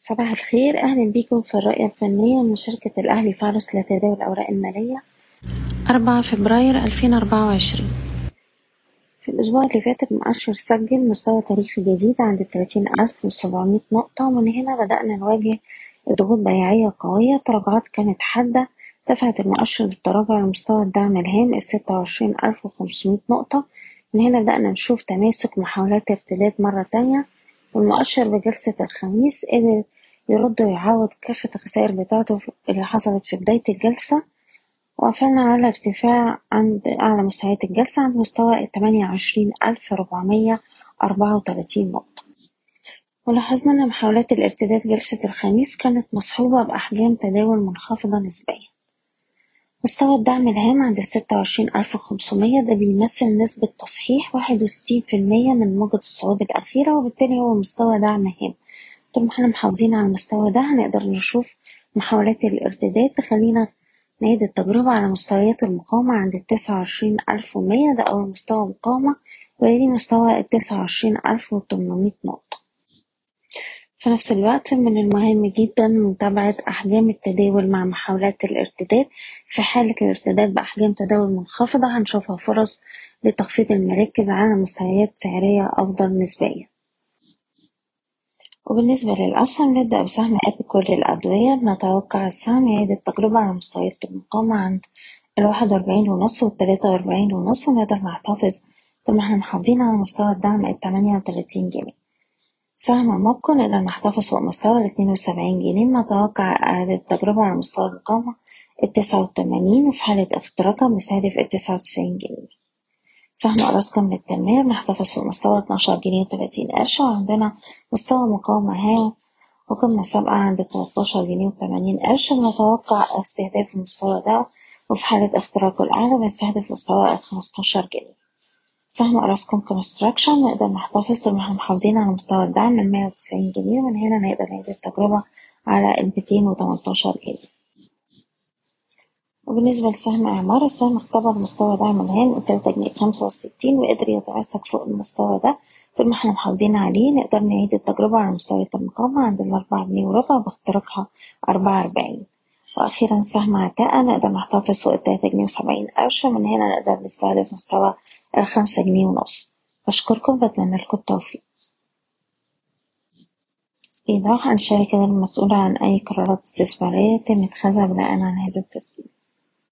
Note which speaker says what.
Speaker 1: صباح الخير، أهلا بيكم في الرؤية الفنية من شركة الأهلي فارس لتداول الأوراق المالية 4 فبراير 2024. في الأسبوع اللي فات المؤشر سجل مستوى تاريخي جديد عند 30,700 نقطة، ومن هنا بدأنا نواجه ضغوط بيعية قوية. تراجعات كانت حادة دفعت المؤشر للتراجع لمستوى الدعم الهام 26,500 نقطة. من هنا بدأنا نشوف تماسك محاولات ارتداد مرة تانية، والمؤشر بجلسة الخميس قدر يرد ويعوض كافة الخسائر بتاعته اللي حصلت في بداية الجلسة، وقفلنا على ارتفاع عند أعلى مستويات الجلسة عند مستوى 28,434 نقطة. ولاحظنا أن محاولات الارتداد جلسة الخميس كانت مصحوبة بأحجام تداول منخفضة نسبيا. مستوى الدعم الهام عند 26,500 ده بيمثل نسبة تصحيح 61% من موجة الصعود الأخيرة، وبالتالي هو مستوى دعم هام. طول ما احنا محافظين على المستوى ده هنقدر نشوف محاولات الارتداد تخلينا نعيد التجربة على مستويات المقاومة عند 29,100، ده أول مستوى مقاومة، ويلي مستوى 29,800 نقطة. في نفس الوقت من المهم جدا متابعة أحجام التداول مع محاولات الارتداد. في حالة الارتداد بأحجام تداول منخفضة هنشوفها فرص لتخفيض المراكز على مستويات سعرية أفضل نسبيا. وبالنسبة للأسهم نبدأ بسهم أبيكور للأدوية. بنتوقع السهم يعيد التجربة على مستويات المقاومة عند 41.5 و43.5، ونقدر نحتفظ طول ما احنا محافظين على مستوى الدعم 38 جنيه. سهم موبكو نقدر نحتفظ فوق مستوى 72 جنيه. بنتوقع إعادة التجربة على مستوى المقاومة 89، وفي حالة اختراقها بنستهدف 99 جنيه. سهم أراسكوم للتنمية بنحتفظ في مستوى 12 جنيه و30 قرش، وعندنا مستوى مقاومة هام وقمة سابقة عند 13 جنيه و80 قرش. بنتوقع استهداف المستوى ده، وفي حالة اختراقه الأعلى بنستهدف مستوى 15 جنيه. سهم أراسكوم كونستراكشن نقدر نحتفظ طول ما احنا محافظين على مستوى الدعم 190 جنيه، ومن هنا نقدر نعيد التجربة على 218 جنيه. وبالنسبة لسهم إعمار، السهم اختبر مستوى دعم الهام 3 جنيه 65، وقدر يتمسك فوق المستوى ده. طول ما احنا محافظين عليه نقدر نعيد التجربة على مستويات المقاومة عند 4 جنيه وربع باختراقها 44. وأخيرا سهم عتاقة نقدر نحتفظ فوق 3 جنيه و70 قرش، من هنا نقدر نستهدف مستوى 5 جنيه ونص. بشكركم، بتمنى لكم التوفيق. إيضاح: الشركة غير مسؤولة عن أي قرارات استثمارية يتم اتخاذها بناء على هذا التسجيل.